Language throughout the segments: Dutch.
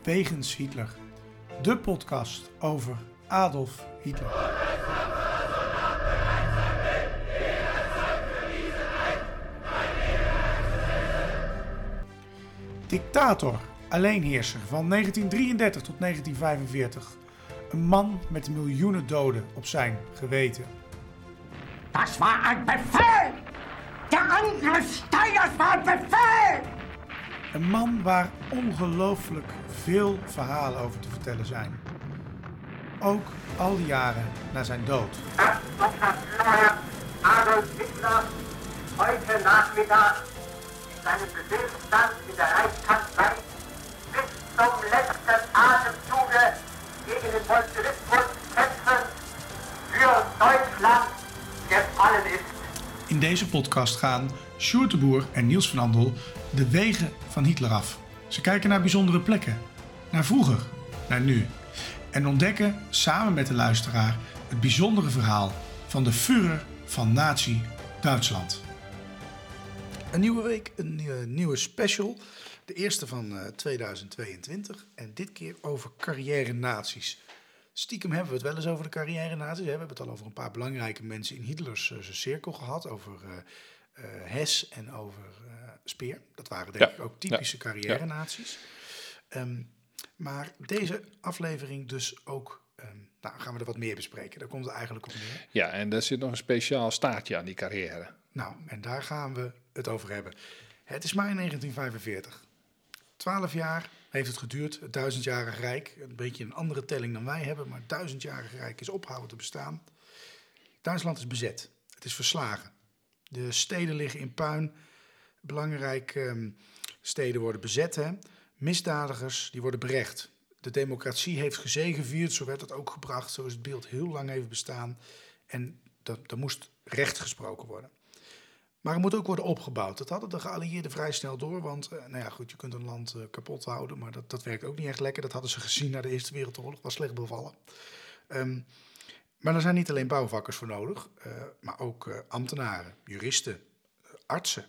Wegens Hitler, de podcast over Adolf Hitler. Dictator, alleenheerser van 1933 tot 1945. Een man met miljoenen doden op zijn geweten. Das war ein Befehl! Der Angriff Steyrs war ein Befehl! Een man waar ongelooflijk veel verhalen over te vertellen zijn. Ook al die jaren na zijn dood. Adolf Hitler heute Nachmittag seinen Befehlsstand in der Reichskanzlei bis zum letzten Atemzuge gegen den Bolschewismus kämpfen für Deutschland gefallen ist. In deze podcast gaan Sjoerd de Boer en Niels van Andel de wegen van Hitler af. Ze kijken naar bijzondere plekken, naar vroeger, naar nu. En ontdekken samen met de luisteraar het bijzondere verhaal van de Führer van Nazi-Duitsland. Een nieuwe week, een nieuwe special. De eerste van 2022 en dit keer over carrière-nazi's. Stiekem hebben we het wel eens over de carrière-nazi's. We hebben het al over een paar belangrijke mensen in Hitlers cirkel gehad. Over Hess en over Speer. Dat waren denk ik ook typische carrière-nazi's. Maar deze aflevering dus ook, gaan we er wat meer bespreken. Daar komt het eigenlijk op neer. Ja, en er zit nog een speciaal staartje aan die carrière. Nou, en daar gaan we het over hebben. Het is mei 1945. 12 jaar heeft het geduurd, het 1000-jarig Rijk. Een beetje een andere telling dan wij hebben, maar het 1000-jarig Rijk is opgehouden te bestaan. Duitsland is bezet. Het is verslagen. De steden liggen in puin. Belangrijke steden worden bezet. Hè. Misdadigers die worden berecht. De democratie heeft gezegevierd, zo werd het ook gebracht. Zo is het beeld heel lang even bestaan. En er moest recht gesproken worden. Maar er moet ook worden opgebouwd. Dat hadden de geallieerden vrij snel door. Want je kunt een land kapot houden, maar dat werkt ook niet echt lekker. Dat hadden ze gezien na de Eerste Wereldoorlog. Was slecht bevallen. Maar er zijn niet alleen bouwvakkers voor nodig, maar ook ambtenaren, juristen, artsen.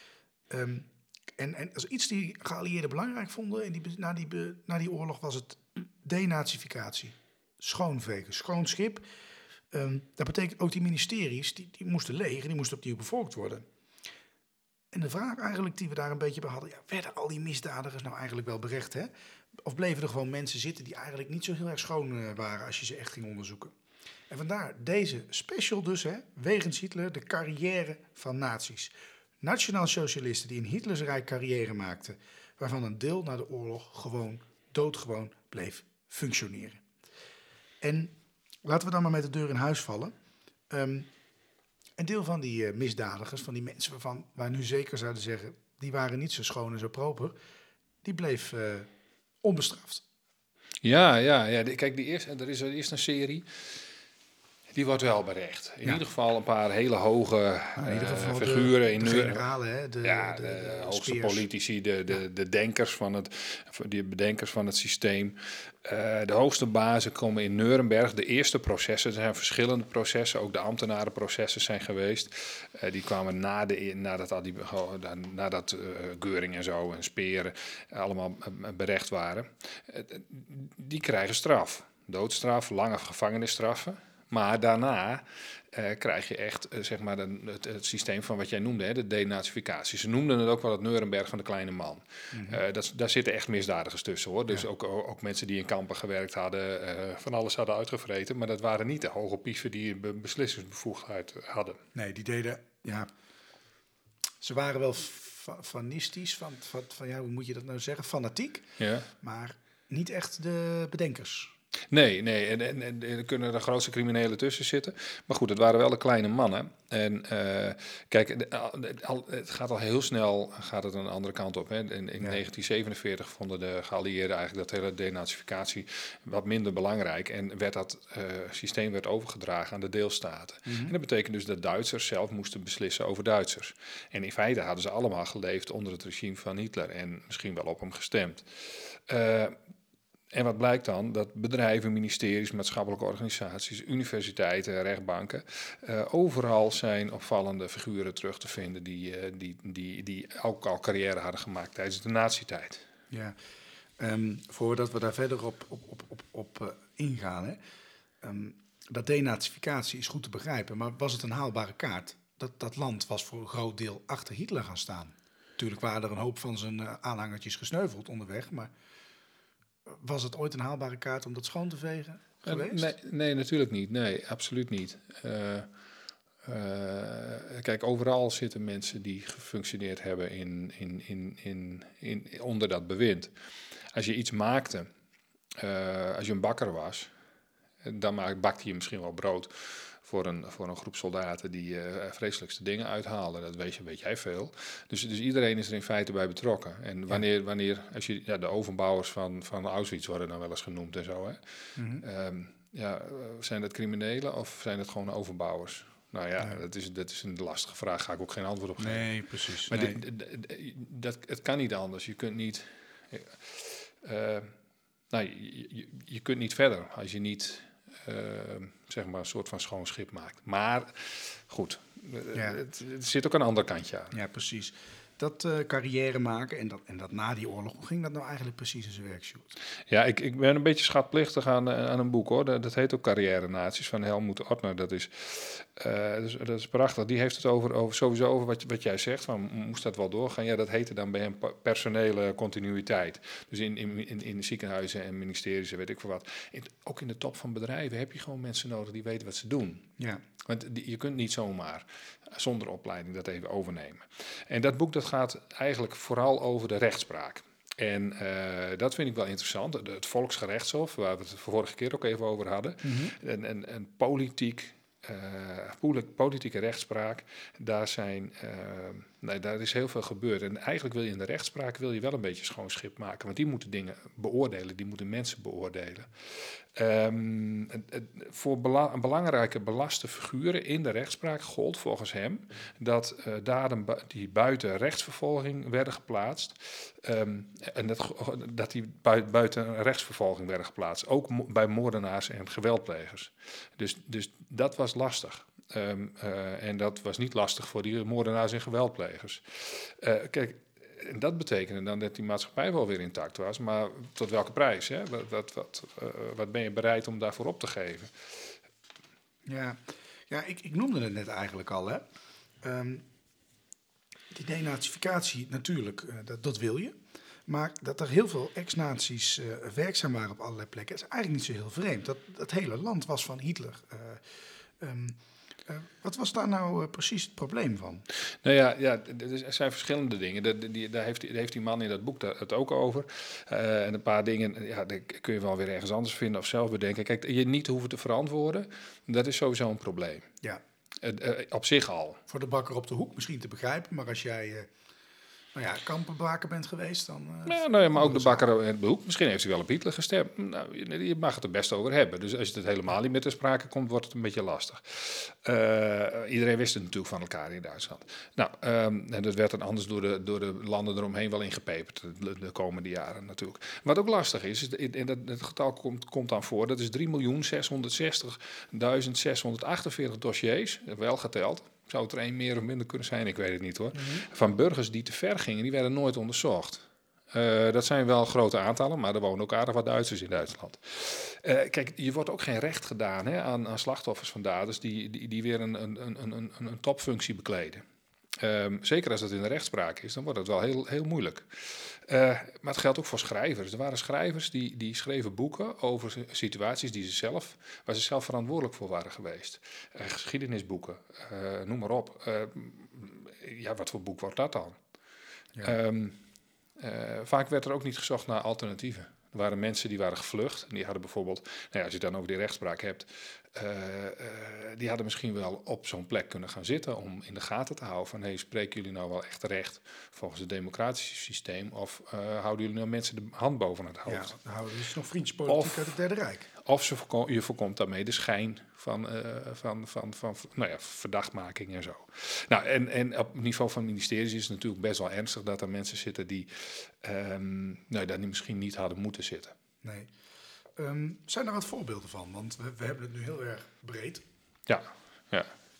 En als iets die geallieerden belangrijk vonden na die oorlog was het denazificatie. Schoonvegen, schoon schip. Dat betekent ook die ministeries, die moesten leeg en die moesten opnieuw bevolkt worden. En de vraag eigenlijk die we daar een beetje bij hadden, werden al die misdadigers nou eigenlijk wel berecht? Hè? Of bleven er gewoon mensen zitten die eigenlijk niet zo heel erg schoon waren als je ze echt ging onderzoeken? En vandaar deze special dus, wegens Hitler, de carrière van nazi's. Nationaal socialisten die in Hitlers Rijk carrière maakten, waarvan een deel na de oorlog doodgewoon bleef functioneren. En laten we dan maar met de deur in huis vallen. Een deel van die misdadigers, van die mensen waarvan wij nu zeker zouden zeggen, die waren niet zo schoon en zo proper, die bleef onbestraft. Ja. Kijk, er is eerst een serie. Die wordt wel berecht. In ieder geval een paar hele hoge figuren in de generalen, de hoogste Speers. Politici, de bedenkers van het systeem. De hoogste bazen komen in Nuremberg. De eerste processen, er zijn verschillende processen, ook de ambtenarenprocessen zijn geweest. Die kwamen nadat Göring en zo en Speer allemaal berecht waren. Die krijgen straf. Doodstraf, lange gevangenisstraffen. Maar daarna krijg je echt het systeem van wat jij noemde, de denazificatie. Ze noemden het ook wel het Nuremberg van de kleine man. Mm-hmm. Daar zitten echt misdadigers tussen, hoor. Dus ook mensen die in kampen gewerkt hadden, van alles hadden uitgevreten. Maar dat waren niet de hoge pieven die een beslissingsbevoegdheid hadden. Nee, die deden, ze waren wel fanistisch, hoe moet je dat nou zeggen, fanatiek. Ja. Maar niet echt de bedenkers. Nee, en er kunnen de grootste criminelen tussen zitten. Maar goed, het waren wel de kleine mannen. En kijk, het gaat al heel snel een andere kant op. Hè. In 1947 vonden de geallieerden eigenlijk dat hele denazificatie wat minder belangrijk. En dat systeem werd overgedragen aan de deelstaten. Mm-hmm. En dat betekent dus dat Duitsers zelf moesten beslissen over Duitsers. En in feite hadden ze allemaal geleefd onder het regime van Hitler en misschien wel op hem gestemd. En wat blijkt dan? Dat bedrijven, ministeries, maatschappelijke organisaties, universiteiten, rechtbanken, overal zijn opvallende figuren terug te vinden die ook al carrière hadden gemaakt tijdens de nazi-tijd. Ja, Voordat we daar verder op ingaan. Hè. Dat denazificatie is goed te begrijpen, maar was het een haalbare kaart? Dat land was voor een groot deel achter Hitler gaan staan. Natuurlijk waren er een hoop van zijn aanhangertjes gesneuveld onderweg, maar was het ooit een haalbare kaart om dat schoon te vegen geweest? Nee, natuurlijk niet. Nee, absoluut niet. Kijk, overal zitten mensen die gefunctioneerd hebben onder dat bewind. Als je iets maakte, als je een bakker was, dan bakte je misschien wel brood voor een groep soldaten die vreselijkste dingen uithaalden. Dat weet jij veel. Dus iedereen is er in feite bij betrokken. En wanneer als je de ovenbouwers van Auschwitz worden dan wel eens genoemd en zo. Hè? Mm-hmm. Zijn dat criminelen of zijn het gewoon overbouwers? Nou ja, dat is een lastige vraag. Ga ik ook geen antwoord op geven. Nee, precies. Maar het kan niet anders. Je kunt niet... je kunt niet verder als je niet... zeg maar een soort van schoon schip maakt. Maar goed, er zit ook een ander kantje aan. Ja, precies. Dat carrière maken en dat na die oorlog, hoe ging dat nou eigenlijk precies in zijn werk, Sjoerd? Ja, ik ben een beetje schatplichtig aan een boek, hoor. Dat heet ook Carrière Naties van Helmut Ortner. Dat is prachtig. Die heeft het sowieso over wat jij zegt. Van, moest dat wel doorgaan? Ja, dat heette dan bij hem personele continuïteit. Dus in ziekenhuizen en ministeries en weet ik veel wat. Ook in de top van bedrijven heb je gewoon mensen nodig die weten wat ze doen. Ja. Want je kunt niet zomaar zonder opleiding dat even overnemen. En dat boek dat gaat eigenlijk vooral over de rechtspraak. En dat vind ik wel interessant. Het Volksgerechtshof, waar we het de vorige keer ook even over hadden. Mm-hmm. En politieke rechtspraak, daar is heel veel gebeurd. En eigenlijk wil je in de rechtspraak wel een beetje schoon schip maken. Want die moeten dingen beoordelen, die moeten mensen beoordelen. Voor belangrijke belaste figuren in de rechtspraak gold volgens hem dat daden die buiten rechtsvervolging werden geplaatst, en dat die buiten rechtsvervolging werden geplaatst, ook bij moordenaars en geweldplegers. Dus dat was lastig. En dat was niet lastig voor die moordenaars en geweldplegers. Kijk, en dat betekende dan dat die maatschappij wel weer intact was, maar tot welke prijs? Hè? Wat ben je bereid om daarvoor op te geven? Ja, ik noemde het net eigenlijk al. Hè? Die denazificatie, natuurlijk, dat wil je. Maar dat er heel veel ex-nazi's werkzaam waren op allerlei plekken, is eigenlijk niet zo heel vreemd. Dat hele land was van Hitler. Wat was daar nou precies het probleem van? Nou ja, er zijn verschillende dingen. Daar heeft die man in dat boek het ook over. En een paar dingen, daar kun je wel weer ergens anders vinden of zelf bedenken. Kijk, je niet hoeven te verantwoorden, dat is sowieso een probleem. Ja. Op zich al. Voor de bakker op de hoek misschien te begrijpen, maar als jij kampenbaker bent geweest, dan... maar ook de bakker in het hoek. Misschien heeft hij wel op Hitler gestemd. Nou, je mag het er best over hebben. Dus als het helemaal niet meer ter sprake komt, wordt het een beetje lastig. Iedereen wist het natuurlijk van elkaar in Duitsland. Nou, en dat werd dan anders door de landen eromheen wel ingepeperd de komende jaren natuurlijk. Wat ook lastig is, en dat getal komt dan voor, dat is 3.660.648 dossiers, wel geteld. Zou het er één meer of minder kunnen zijn? Ik weet het niet, hoor. Mm-hmm. Van burgers die te ver gingen, die werden nooit onderzocht. Dat zijn wel grote aantallen, maar er wonen ook aardig wat Duitsers in Duitsland. Kijk, je wordt ook geen recht gedaan aan slachtoffers van daders die weer een topfunctie bekleden. Zeker als dat in de rechtspraak is, dan wordt het wel heel, heel moeilijk. Maar het geldt ook voor schrijvers. Er waren schrijvers die schreven boeken over situaties waar ze zelf verantwoordelijk voor waren geweest. Geschiedenisboeken, noem maar op. Wat voor boek wordt dat dan? Ja. Vaak werd er ook niet gezocht naar alternatieven. Er waren mensen die waren gevlucht. En die hadden bijvoorbeeld, als je het dan over die rechtspraak hebt, die hadden misschien wel op zo'n plek kunnen gaan zitten om in de gaten te houden van, spreken jullie nou wel echt recht volgens het democratische systeem of houden jullie nou mensen de hand boven het hoofd? Ja, nou, dat is nog vriendjespolitiek uit het Derde Rijk. Of je voorkomt daarmee de schijn van verdachtmaking en zo. Nou, en op het niveau van ministeries is het natuurlijk best wel ernstig dat er mensen zitten die daar misschien niet hadden moeten zitten. Nee. Zijn er wat voorbeelden van? Want we hebben het nu heel erg breed. Ja.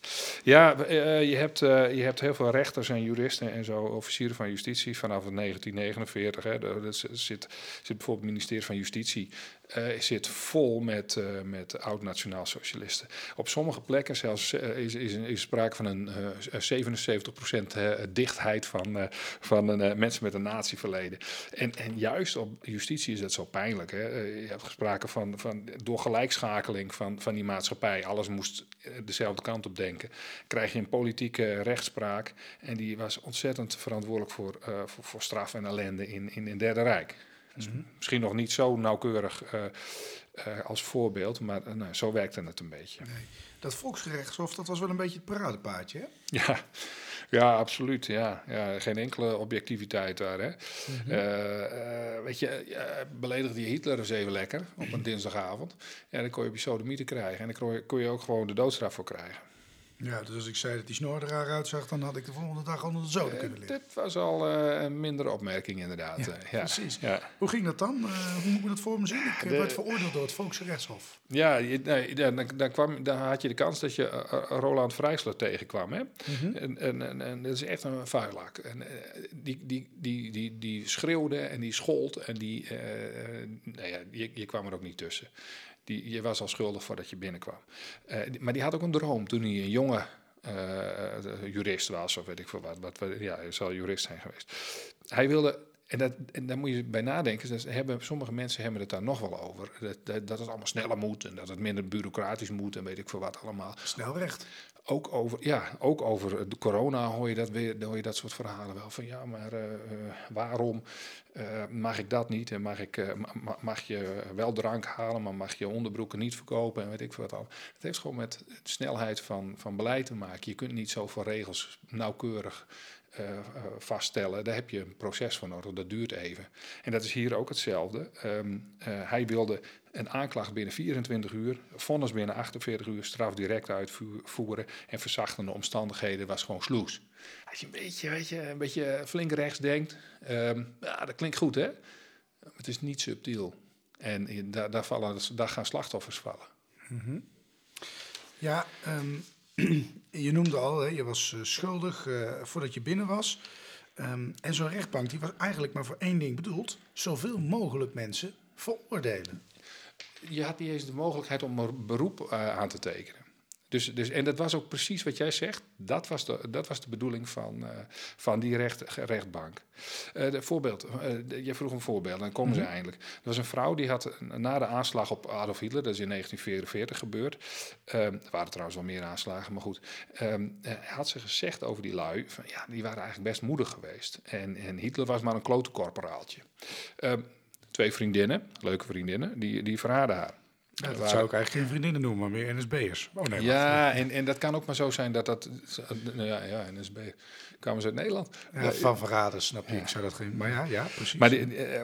Ja, je hebt heel veel rechters en juristen en zo, officieren van justitie vanaf 1949. Hè. Dat zit bijvoorbeeld het ministerie van Justitie zit vol met oud-nationaal socialisten. Op sommige plekken zelfs is sprake van een 77% dichtheid van mensen met een natieverleden. En juist op justitie is dat zo pijnlijk. Hè. Je hebt sprake van door gelijkschakeling van die maatschappij. Alles moest dezelfde kant op denken. Krijg je een politieke rechtspraak. En die was ontzettend verantwoordelijk voor straf en ellende in het Derde Rijk. Dus misschien nog niet zo nauwkeurig als voorbeeld, maar zo werkte het een beetje. Nee. Dat Volksgerechtshof, dat was wel een beetje het paradepaadje, hè? Ja, absoluut. Ja, geen enkele objectiviteit daar. Hè. Weet je, beledigde je Hitler eens even lekker op een dinsdagavond. Ja, dan kon je op je sodomieten krijgen. En dan kon je ook gewoon de doodstraf voor krijgen. Ja, dus als ik zei dat die snor er raar uitzag, dan had ik de volgende dag onder de zoden kunnen liggen. Dit was al een mindere opmerking, inderdaad. Ja, precies. Ja. Hoe ging dat dan? Hoe moet ik dat voor me zien? Ik werd veroordeeld door het Volksgerechtshof. Ja, dan had je de kans dat je Roland Vrijsler tegenkwam. Hè? En dat is echt een vuilak. En die schreeuwde en die schold en je kwam er ook niet tussen. Je was al schuldig voordat je binnenkwam. Maar die had ook een droom toen hij een jonge jurist was, of weet ik veel wat. Hij zal jurist zijn geweest. Hij wilde, en daar moet je bij nadenken, sommige mensen hebben het daar nog wel over. Dat het allemaal sneller moet en dat het minder bureaucratisch moet en weet ik veel wat allemaal. Snelrecht. Ook over de corona hoor je dat soort verhalen wel. Van ja, maar waarom mag ik dat niet? En mag je wel drank halen, maar mag je onderbroeken niet verkopen? En weet ik veel wat al. Het heeft gewoon met de snelheid van beleid te maken. Je kunt niet zoveel regels nauwkeurig vaststellen. Daar heb je een proces voor nodig. Dat duurt even. En dat is hier ook hetzelfde. Hij wilde een aanklacht binnen 24 uur, vonnis binnen 48 uur, straf direct uitvoeren en verzachtende omstandigheden was gewoon sloes. Als je een beetje flink rechts denkt, dat klinkt goed, hè? Het is niet subtiel. En daar gaan slachtoffers vallen. Mm-hmm. Ja, je noemde al, hè, je was schuldig voordat je binnen was. En zo'n rechtbank die was eigenlijk maar voor één ding bedoeld: zoveel mogelijk mensen veroordelen. Je had niet eens de mogelijkheid om een beroep aan te tekenen. En dat was ook precies wat jij zegt. Dat was de bedoeling van die rechtbank. Je vroeg een voorbeeld, dan komen ze eindelijk. Er was een vrouw die had na de aanslag op Adolf Hitler, dat is in 1944 gebeurd. Er waren trouwens wel meer aanslagen, maar goed. Had ze gezegd over die lui, van, ja, die waren eigenlijk best moedig geweest. En Hitler was maar een klote korporaaltje. 2 vriendinnen, leuke vriendinnen, die verraadden haar. Ja, dat zou ik eigenlijk geen vriendinnen noemen, maar meer NSB'ers. Oh, nee, ja, en dat kan ook maar zo zijn dat... NSB, kwamen ze uit Nederland. Ja, van verraders, snap je. Ik zou dat geen... Maar ja, precies. Maar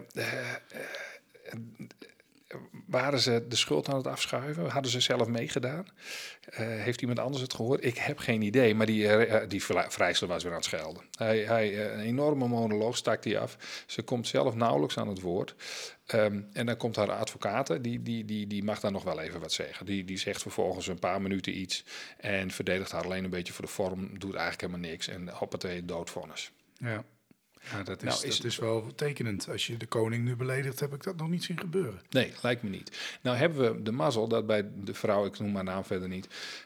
waren ze de schuld aan het afschuiven? Hadden ze zelf meegedaan? Heeft iemand anders het gehoord? Ik heb geen idee, maar die Vrijsler was weer aan het schelden. Een enorme monoloog stak hij af. Ze komt zelf nauwelijks aan het woord. En dan komt haar advocaat, die mag dan nog wel even wat zeggen. Die zegt vervolgens een paar minuten iets en verdedigt haar alleen een beetje voor de vorm, doet eigenlijk helemaal niks en hoppatee, doodvonnis. Ja. Ja, dat is wel tekenend. Als je de koning nu beledigt, heb ik dat nog niet zien gebeuren. Nee, lijkt me niet. Nou hebben we de mazzel dat bij de vrouw, ik noem haar naam verder niet,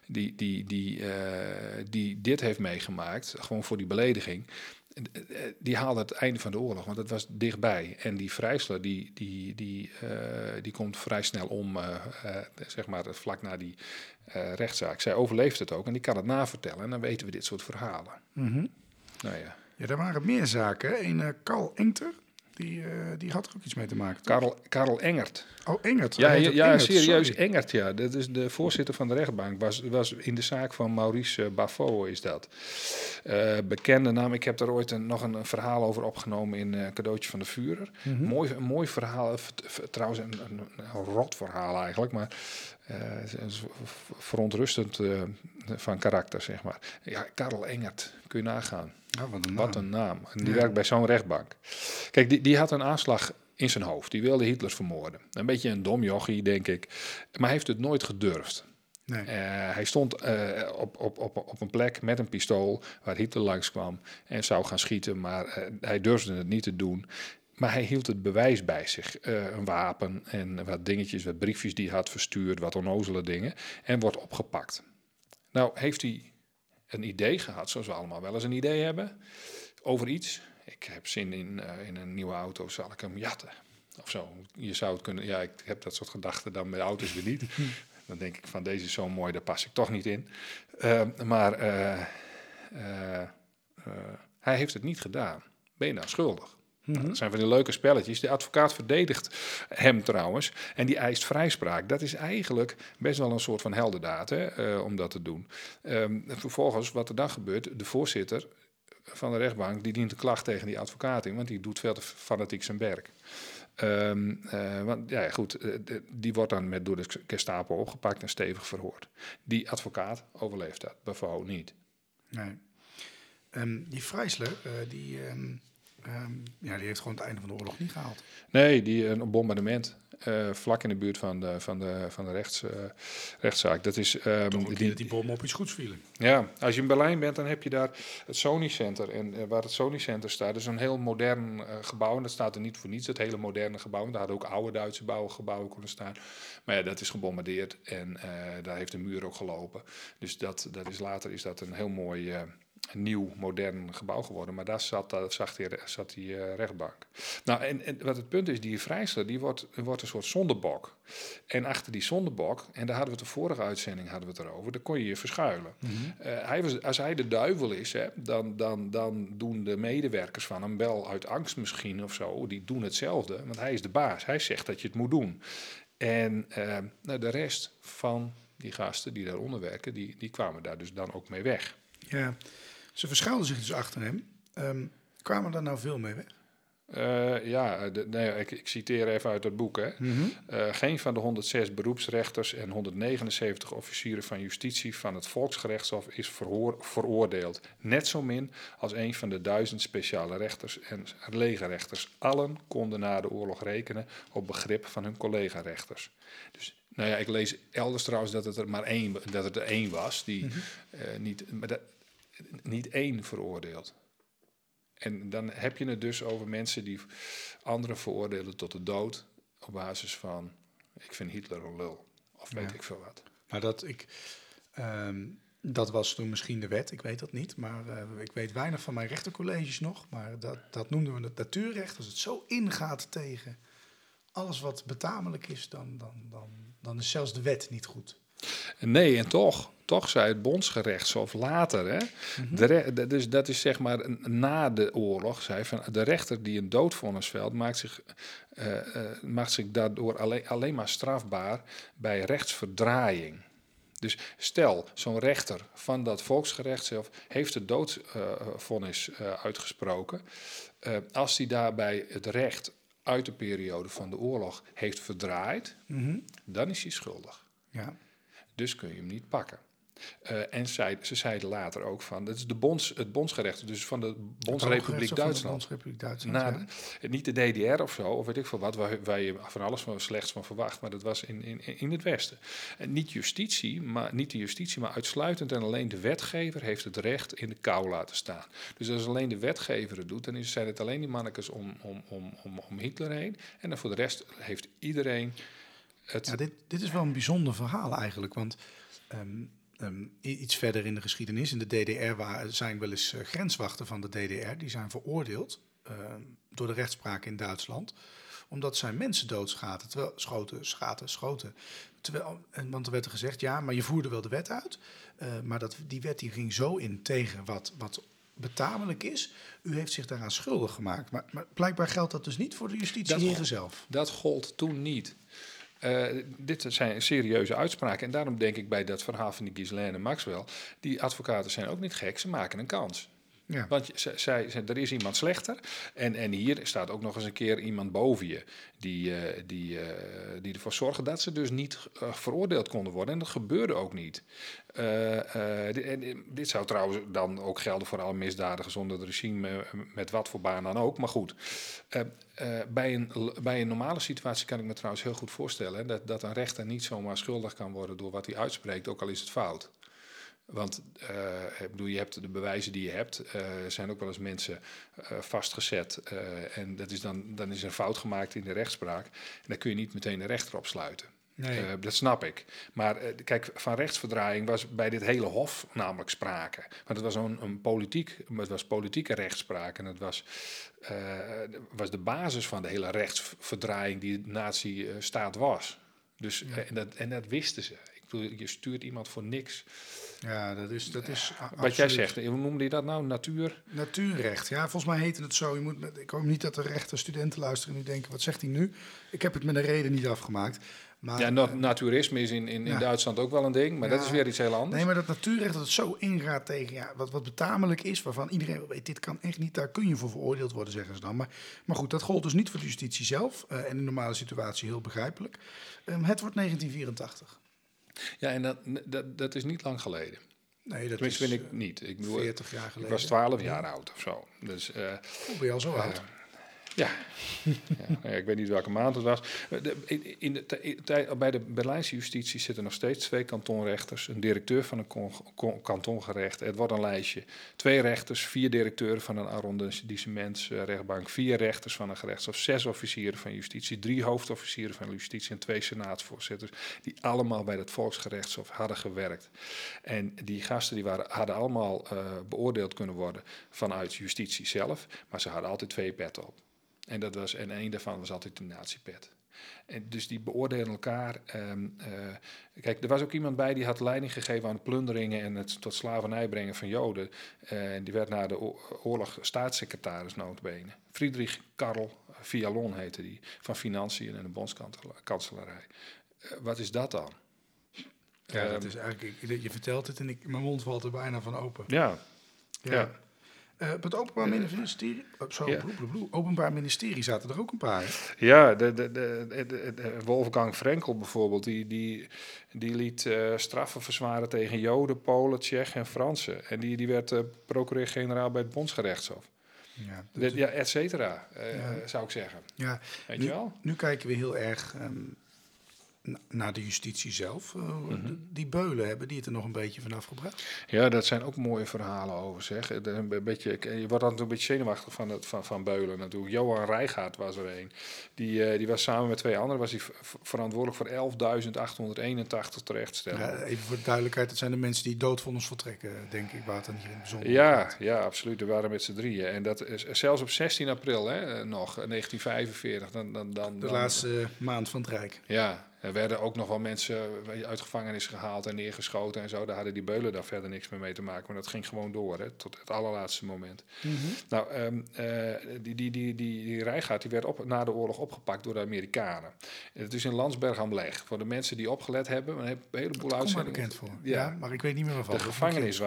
die dit heeft meegemaakt, gewoon voor die belediging, die haalde het einde van de oorlog, want het was dichtbij. En die Vrijsler, die komt vrij snel om, zeg maar vlak na die rechtszaak. Zij overleeft het ook en die kan het navertellen. En dan weten we dit soort verhalen. Mm-hmm. Nou ja. Ja, er waren meer zaken. Een Karl Engter, die had er ook iets mee te maken. Karl Engert. Oh, Engert. Ja, Engert, serieus, sorry. Engert, ja. Dat is de voorzitter van de rechtbank. Was in de zaak van Maurice Bafo is dat. Bekende naam. Ik heb daar ooit nog een verhaal over opgenomen in Cadeautje van de Führer. Mm-hmm. Mooi verhaal. Trouwens, een rot verhaal eigenlijk, maar verontrustend van karakter, zeg maar. Ja, Karl Engert, kun je nagaan. Ja, wat een naam. En die werkt bij zo'n rechtbank. Kijk, die had een aanslag in zijn hoofd. Die wilde Hitler vermoorden. Een beetje een dom jochie, denk ik. Maar hij heeft het nooit gedurfd. Nee. Hij stond op een plek met een pistool waar Hitler langskwam en zou gaan schieten, maar hij durfde het niet te doen. Maar hij hield het bewijs bij zich. Een wapen en wat dingetjes, wat briefjes die hij had verstuurd, wat onnozele dingen. En wordt opgepakt. Nou, heeft hij een idee gehad, zoals we allemaal wel eens een idee hebben, over iets. Ik heb zin in een nieuwe auto, zal ik hem jatten? Of zo. Je zou het kunnen, ja, ik heb dat soort gedachten dan met auto's weer niet. Dan denk ik van, deze is zo mooi, daar pas ik toch niet in. Maar hij heeft het niet gedaan. Ben je nou schuldig? Nou, dat zijn van die leuke spelletjes. De advocaat verdedigt hem trouwens. En die eist vrijspraak. Dat is eigenlijk best wel een soort van heldendaad om dat te doen. Vervolgens, wat er dan gebeurt, de voorzitter van de rechtbank, die dient een klacht tegen die advocaat in, want die doet veel te fanatiek zijn werk. Want ja, goed, die wordt dan door de Gestapo opgepakt en stevig verhoord. Die advocaat overleeft dat, bijvoorbeeld niet. Nee. Die Freisler, die heeft gewoon het einde van de oorlog niet gehaald. Nee, een bombardement vlak in de buurt van de rechtszaak. Dat is die bom op iets goeds vielen. Ja, als je in Berlijn bent, dan heb je daar het Sony Center. En waar het Sony Center staat, dat is een heel modern gebouw. En dat staat er niet voor niets, het hele moderne gebouw. Daar hadden ook oude Duitse gebouwen kunnen staan. Maar ja, dat is gebombardeerd en daar heeft de muur ook gelopen. Dus later is dat een heel mooi een nieuw, modern gebouw geworden. Maar daar zat die rechtbank. Nou, en wat het punt is, die Freisler, die wordt een soort zondebok. En achter die zondebok, en daar hadden we het de vorige uitzending erover, daar kon je je verschuilen. Mm-hmm. Als hij de duivel is, dan doen de medewerkers van hem wel uit angst misschien of zo, die doen hetzelfde, want hij is de baas. Hij zegt dat je het moet doen. En de rest van die gasten die daaronder werken, die kwamen daar dus dan ook mee weg. Ja, ze verschuilden zich dus achter hem. Kwamen daar nou veel mee weg? Ik citeer even uit het boek. Hè. Mm-hmm. Geen van de 106 beroepsrechters en 179 officieren van justitie van het Volksgerechtshof is veroordeeld. Net zo min als een van de 1000 speciale rechters en legerrechters. Allen konden na de oorlog rekenen op begrip van hun collega-rechters. Dus ik lees elders trouwens dat het er één was die niet één veroordeeld. En dan heb je het dus over mensen die anderen veroordelen tot de dood op basis van, ik vind Hitler een lul, of weet ik veel wat. Maar dat was toen misschien de wet, ik weet dat niet. Maar ik weet weinig van mijn rechtercolleges nog. Maar dat noemden we het natuurrecht. Als het zo ingaat tegen alles wat betamelijk is, dan is zelfs de wet niet goed. Nee, en toch zei het Bondsgerechtshof later, hè, mm-hmm. Dus dat is zeg maar na de oorlog, zei van de rechter die een doodvonnis velt, maakt zich daardoor alleen maar strafbaar bij rechtsverdraaiing. Dus stel, zo'n rechter van dat Volksgerechtshof heeft het doodvonnis uitgesproken. Als hij daarbij het recht uit de periode van de oorlog heeft verdraaid, mm-hmm. dan is hij schuldig. Ja. Dus kun je hem niet pakken. En ze zeiden later ook van, dat is het bondsgerecht, dus van de Bondsrepubliek Duitsland. Niet de DDR of zo, of weet ik veel wat, waar je van alles slechts van verwacht, maar dat was in het Westen. En niet de justitie, maar uitsluitend en alleen de wetgever heeft het recht in de kou laten staan. Dus als alleen de wetgever het doet, dan zijn het alleen die mannekes om Hitler heen. En dan voor de rest heeft iedereen het... Ja, dit is wel een bijzonder verhaal eigenlijk, want... iets verder in de geschiedenis, in de DDR zijn wel eens grenswachten van de DDR, die zijn veroordeeld door de rechtspraak in Duitsland, omdat zij mensen doodschaten, schoten. Want er werd er gezegd, ja, maar je voerde wel de wet uit, maar die wet die ging zo in tegen wat betamelijk is. U heeft zich daaraan schuldig gemaakt. Maar blijkbaar geldt dat dus niet voor de justitieheren zelf. Dat gold toen niet. Dit zijn serieuze uitspraken. En daarom denk ik bij dat verhaal van die Ghislaine Maxwell, die advocaten zijn ook niet gek, ze maken een kans. Ja. Want er is iemand slechter. En hier staat ook nog eens een keer iemand boven je. Die ervoor zorgen dat ze dus niet veroordeeld konden worden. En dat gebeurde ook niet. Dit zou trouwens dan ook gelden voor alle misdadigers onder het regime. Met wat voor baan dan ook. Maar goed. Bij een normale situatie kan ik me trouwens heel goed voorstellen. Hè, dat een rechter niet zomaar schuldig kan worden door wat hij uitspreekt. Ook al is het fout. Want je hebt de bewijzen die je hebt. Er zijn ook wel eens mensen vastgezet. En dat is dan is er een fout gemaakt in de rechtspraak. En dan kun je niet meteen de rechter opsluiten. Nee. Dat snap ik. Maar kijk, van rechtsverdraaiing was bij dit hele hof namelijk sprake. Want het was het was politieke rechtspraak. En het was de basis van de hele rechtsverdraaiing die de nazi-staat was. Dus, en dat wisten ze. Ik bedoel, je stuurt iemand voor niks. Ja, dat is wat jij zegt, hoe noemde je dat nou? Natuurrecht, ja, volgens mij heette het zo. Ik hoop niet dat de studenten luisteren en nu denken, wat zegt hij nu? Ik heb het met een reden niet afgemaakt. Maar, ja, naturisme is in Duitsland ook wel een ding, maar dat is weer iets heel anders. Nee, maar dat natuurrecht dat het zo ingaat tegen wat betamelijk is, waarvan iedereen weet, dit kan echt niet, daar kun je voor veroordeeld worden, zeggen ze dan. Maar goed, dat gold dus niet voor de justitie zelf. En in de normale situatie heel begrijpelijk. Het wordt 1984. Ja, en dat is niet lang geleden. Nee, dat tenminste is vind ik niet. Ik bedoel, 40 jaar geleden. Ik was 12 jaar oud of zo. Dus, ben je al zo oud? Ja. Ik weet niet welke maand het was. Bij de Berlijnse justitie zitten nog steeds 2 kantonrechters, een directeur van een kantongerecht. Het wordt een lijstje. 2 rechters, 4 directeuren van een arrondissementsrechtbank, 4 rechters van een gerechtshof, 6 officieren van justitie, 3 hoofdofficieren van justitie en 2 senaatsvoorzitters, die allemaal bij het Volksgerechtshof hadden gewerkt. En die gasten hadden allemaal beoordeeld kunnen worden vanuit justitie zelf, maar ze hadden altijd 2 petten op. En één daarvan was altijd de nazi-pet. En dus die beoordelen elkaar. Kijk, er was ook iemand bij die had leiding gegeven aan de plunderingen en het tot slavernij brengen van Joden. Die werd na de oorlog staatssecretaris nota bene. Friedrich Karl Vialon heette die, van Financiën en de bondskanselijerij. Wat is dat dan? Ja, dat is eigenlijk, je vertelt het en mijn mond valt er bijna van open. Ja. Het Openbaar Ministerie, Openbaar Ministerie zaten er ook een paar. Hè? Ja, de Wolfgang Frenkel bijvoorbeeld, die liet straffen verzwaren tegen Joden, Polen, Tsjechen en Fransen. En die werd procureur-generaal bij het Bondsgerechtshof. Ja, et cetera, zou ik zeggen. Ja, Weet je wel? Nu kijken we heel erg naar de justitie zelf. Die beulen hebben die het er nog een beetje vanaf gebracht. Ja, dat zijn ook mooie verhalen over, zeg. Je wordt altijd een beetje zenuwachtig van beulen natuurlijk. Johan Rijgaard was er een. Die was samen met 2 anderen verantwoordelijk voor 11.881 terechtstellingen. Ja, even voor de duidelijkheid, dat zijn de mensen die doodvonnis voltrekken, denk ik, waar het dan hier in het bijzonder Ja, absoluut. Er waren met z'n 3. En dat is zelfs op 16 april nog, 1945. De laatste maand van het Rijk. Ja. Er werden ook nog wel mensen uit gevangenis gehaald en neergeschoten en zo. Daar hadden die beulen daar verder niks meer mee te maken. Maar dat ging gewoon door, tot het allerlaatste moment. Mm-hmm. Nou, die Rijgaard die werd na de oorlog opgepakt door de Amerikanen. Het is in Landsberg am Lech. Voor de mensen die opgelet hebben, een heleboel uitzendingen. Bekend voor. Ja, maar ik weet niet meer waarvan. De gevangenis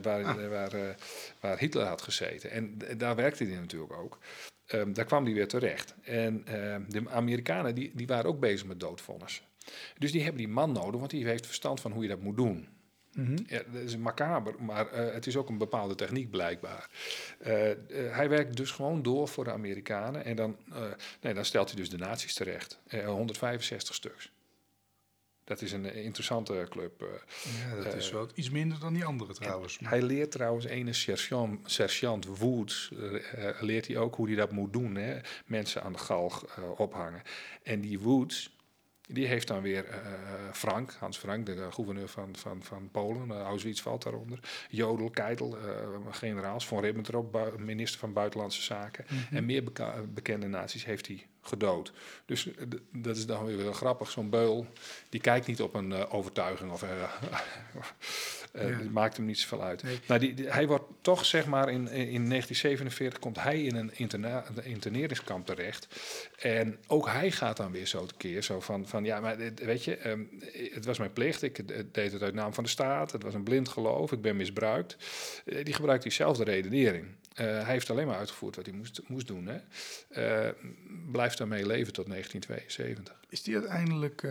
waar Hitler had gezeten. En daar werkte hij natuurlijk ook. Daar kwam hij weer terecht. En de Amerikanen die waren ook bezig met doodvonnis. Dus die hebben die man nodig, want die heeft verstand van hoe je dat moet doen. Mm-hmm. Ja, dat is macaber, maar het is ook een bepaalde techniek blijkbaar. Hij werkt dus gewoon door voor de Amerikanen. En dan stelt hij dus de nazi's terecht. 165 stuks. Dat is een interessante club. Ja, dat is wel iets minder dan die andere trouwens. Hij leert trouwens ene sergeant Woods, leert hij ook hoe hij dat moet doen. Hè? Mensen aan de galg ophangen. En die Woods, die heeft dan weer Hans Frank, de gouverneur van Polen, Auschwitz valt daaronder. Jodl, Keitel, generaals, von Ribbentrop, minister van Buitenlandse Zaken. Mm-hmm. En meer bekende nazi's heeft hij gedood. Dus dat is dan weer wel grappig. Zo'n beul, die kijkt niet op een overtuiging. Het maakt hem niet zoveel uit. Nee. Nou, hij wordt toch, zeg maar, in 1947 komt hij in een interneringskamp terecht. En ook hij gaat dan weer zo tekeer. Zo van ja, maar weet je, het was mijn plicht. Ik deed het uit naam van de staat. Het was een blind geloof. Ik ben misbruikt. Die gebruikt diezelfde redenering. Hij heeft alleen maar uitgevoerd wat hij moest doen. Hè. Blijft daarmee leven tot 1972. Is die uiteindelijk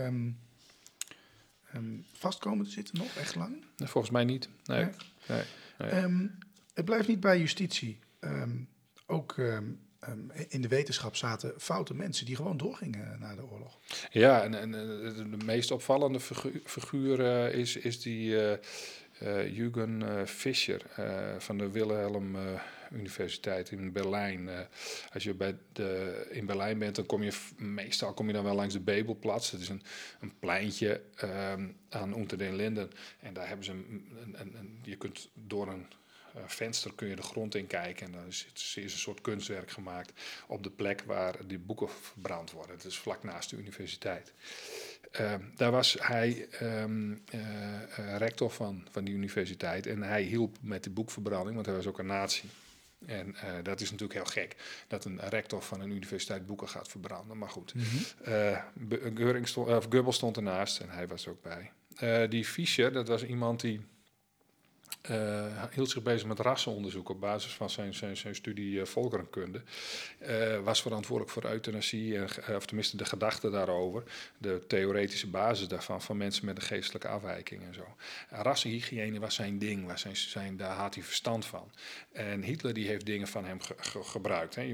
vast komen te zitten nog, echt lang? Volgens mij niet. Nee. Het blijft niet bij justitie. Ook in de wetenschap zaten foute mensen die gewoon doorgingen na de oorlog. Ja, en de meest opvallende figuur is die Jürgen Fischer van de Wilhelm Universiteit in Berlijn. Als je in Berlijn bent, dan kom je meestal dan wel langs de Bebelplatz. Dat is een pleintje aan Unter den Linden. En daar hebben ze je kunt door een venster kun je de grond in kijken. En dan is een soort kunstwerk gemaakt op de plek waar die boeken verbrand worden. Dat is vlak naast de universiteit. Daar was hij rector van die universiteit. En hij hielp met de boekverbranding, want hij was ook een nazi. En dat is natuurlijk heel gek, dat een rector van een universiteit boeken gaat verbranden. Maar goed, Goebbels stond ernaast en hij was er ook bij. Die Fischer, dat was iemand die hield zich bezig met rassenonderzoek op basis van zijn studie volkerenkunde. Was verantwoordelijk voor euthanasie, of tenminste de gedachte daarover. De theoretische basis daarvan, van mensen met een geestelijke afwijking en zo. Rassenhygiëne was zijn ding, daar had hij verstand van. En Hitler die heeft dingen van hem gebruikt. Hè.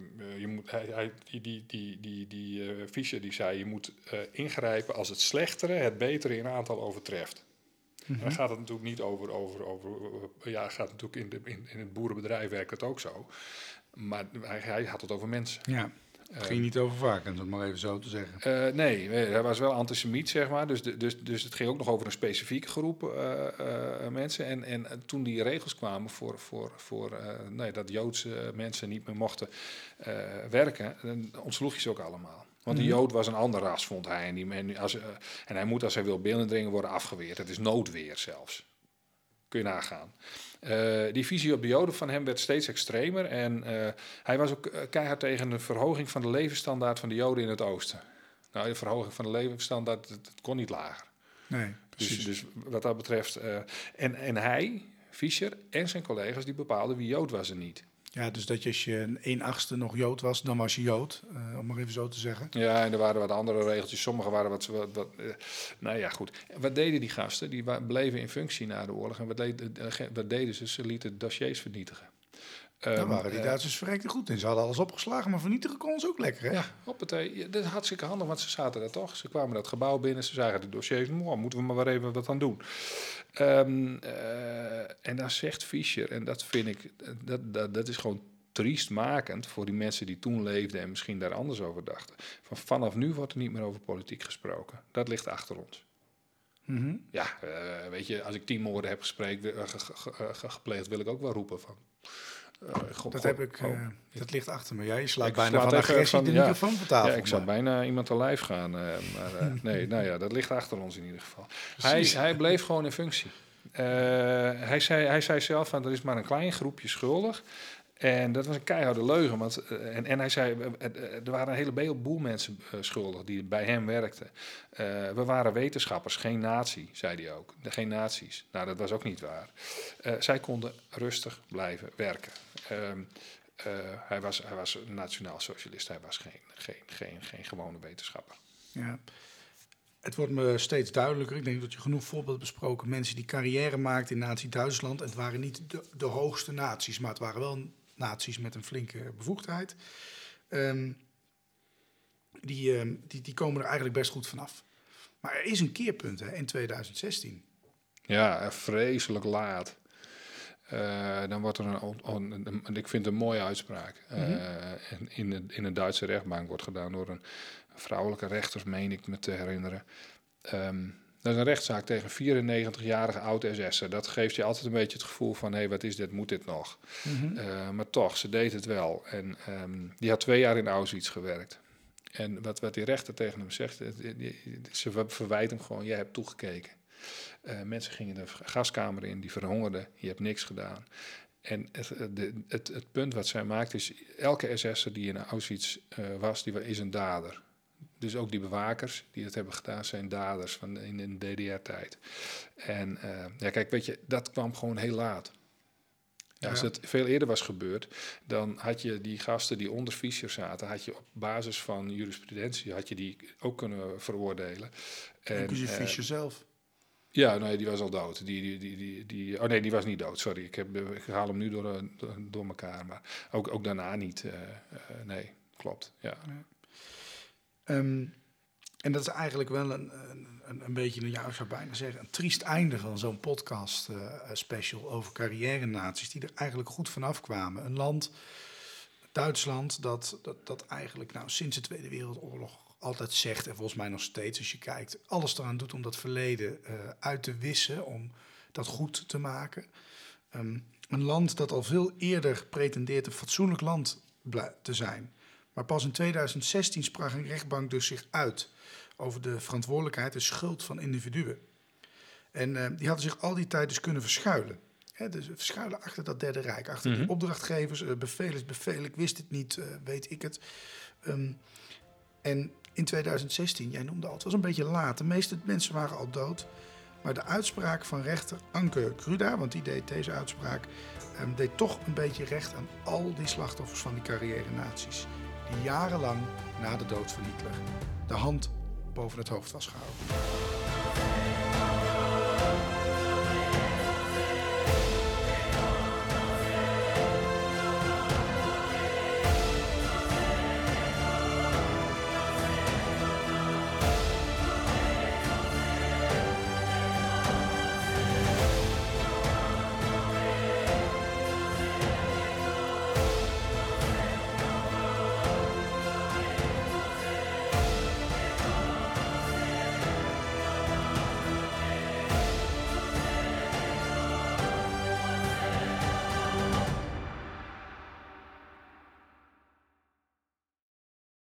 Fischer die zei, je moet ingrijpen als het slechtere het betere in aantal overtreft. En dan gaat het natuurlijk niet over gaat natuurlijk in het boerenbedrijf werkt het ook zo. Maar hij had het over mensen. Ja, het ging niet over varkens, om het maar even zo te zeggen. Nee, hij was wel antisemiet, zeg maar. Dus het ging ook nog over een specifieke groep mensen. En toen die regels kwamen dat Joodse mensen niet meer mochten werken, dan ontsloeg je ze ook allemaal. Want de Jood was een ander ras, vond hij. En hij moet, als hij wil binnendringen, worden afgeweerd. Het is noodweer zelfs. Kun je nagaan. Die visie op de Joden van hem werd steeds extremer. En hij was ook keihard tegen de verhoging van de levensstandaard van de Joden in het oosten. Nou, de verhoging van de levensstandaard, dat kon niet lager. Nee, dus wat dat betreft... En hij, Fischer en zijn collega's, die bepaalden wie Jood was en niet. Ja, dus dat je als je 1/8 nog Jood was, dan was je Jood, om maar even zo te zeggen. Ja, en er waren wat andere regeltjes. Sommige waren wat nou ja, goed. Wat deden die gasten? Die bleven in functie na de oorlog. En wat deden ze? Ze lieten dossiers vernietigen. Daar waren die Duitsers verrekte goed in. Ze hadden alles opgeslagen, maar vernietigen konden ze ook lekker, hè? Ja, hoppatee. Dat is hartstikke handig, want ze zaten daar toch. Ze kwamen dat gebouw binnen, ze zagen de dossiers. Moeten we maar weer even wat aan doen. En dan zegt Fischer, en dat vind ik, dat is gewoon triestmakend voor die mensen die toen leefden en misschien daar anders over dachten. Vanaf nu wordt er niet meer over politiek gesproken. Dat ligt achter ons. Mm-hmm. Ja, weet je, als ik 10 moorden heb gepleegd, wil ik ook wel roepen van... Dat ligt achter me. Ja, je slaat bijna van agressie de microfoon van tafel. Ja, ik zou bijna iemand te lijf gaan. Nee, nou ja, dat ligt achter ons in ieder geval. Hij bleef gewoon in functie. Hij zei zelf van, er is maar een klein groepje schuldig. En dat was een keiharde leugen. Want, en hij zei, er waren een heleboel mensen schuldig die bij hem werkten. We waren wetenschappers, geen nazi, zei hij ook. Geen nazi's. Nou, dat was ook niet waar. Zij konden rustig blijven werken. Hij was een nationaal socialist. Hij was geen gewone wetenschapper. Ja. Het wordt me steeds duidelijker. Ik denk dat je genoeg voorbeelden besproken. Mensen die carrière maakten in Nazi-Duitsland. Het waren niet de hoogste nazi's, maar het waren wel nazi's met een flinke bevoegdheid. Die komen er eigenlijk best goed vanaf. Maar er is een keerpunt in 2016. Ja, vreselijk laat. Dan wordt er ik vind het een mooie uitspraak. In een Duitse rechtbank wordt gedaan door een vrouwelijke rechters, meen ik me te herinneren. Dat is een rechtszaak tegen een 94-jarige oud-SS'er. Dat geeft je altijd een beetje het gevoel van, hé, wat is dit, moet dit nog? Maar toch, ze deed het wel. En die had 2 jaar in Auschwitz gewerkt. En wat die rechter tegen hem zegt, ze verwijt hem gewoon, jij hebt toegekeken. Mensen gingen de gaskamer in, die verhongerden. Je hebt niks gedaan. En het punt wat zij maakt is, elke SS'er die in Auschwitz was, is een dader. Dus ook die bewakers die het hebben gedaan, zijn daders van in de DDR-tijd. En kijk, weet je, dat kwam gewoon heel laat. Ja, als het veel eerder was gebeurd, dan had je die gasten die onder Fischer zaten, had je op basis van jurisprudentie, had je die ook kunnen veroordelen. Inclusief Fischer zelf. Ja, nee, die was al dood. Oh nee, die was niet dood, sorry. Ik haal hem nu door elkaar, maar ook daarna niet. Nee, klopt, ja. En dat is eigenlijk wel een beetje, ik zou bijna zeggen, een triest einde van zo'n podcast special over carrière-naties die er eigenlijk goed vanaf kwamen. Een land, Duitsland, dat eigenlijk sinds de Tweede Wereldoorlog altijd zegt, en volgens mij nog steeds als je kijkt, alles eraan doet om dat verleden uit te wissen, om dat goed te maken. Een land dat al veel eerder pretendeert een fatsoenlijk land te zijn. Maar pas in 2016 sprak een rechtbank dus zich uit over de verantwoordelijkheid en schuld van individuen. En die hadden zich al die tijd dus kunnen verschuilen. Dus verschuilen achter dat Derde Rijk, achter die opdrachtgevers, bevel is bevel, ik wist het niet, weet ik het. En in 2016, jij noemde al, het was een beetje laat, de meeste mensen waren al dood. Maar de uitspraak van rechter Anke Kruda, want die deed deze uitspraak, deed toch een beetje recht aan al die slachtoffers van die carrière-naties. Die jarenlang na de dood van Hitler de hand boven het hoofd was gehouden.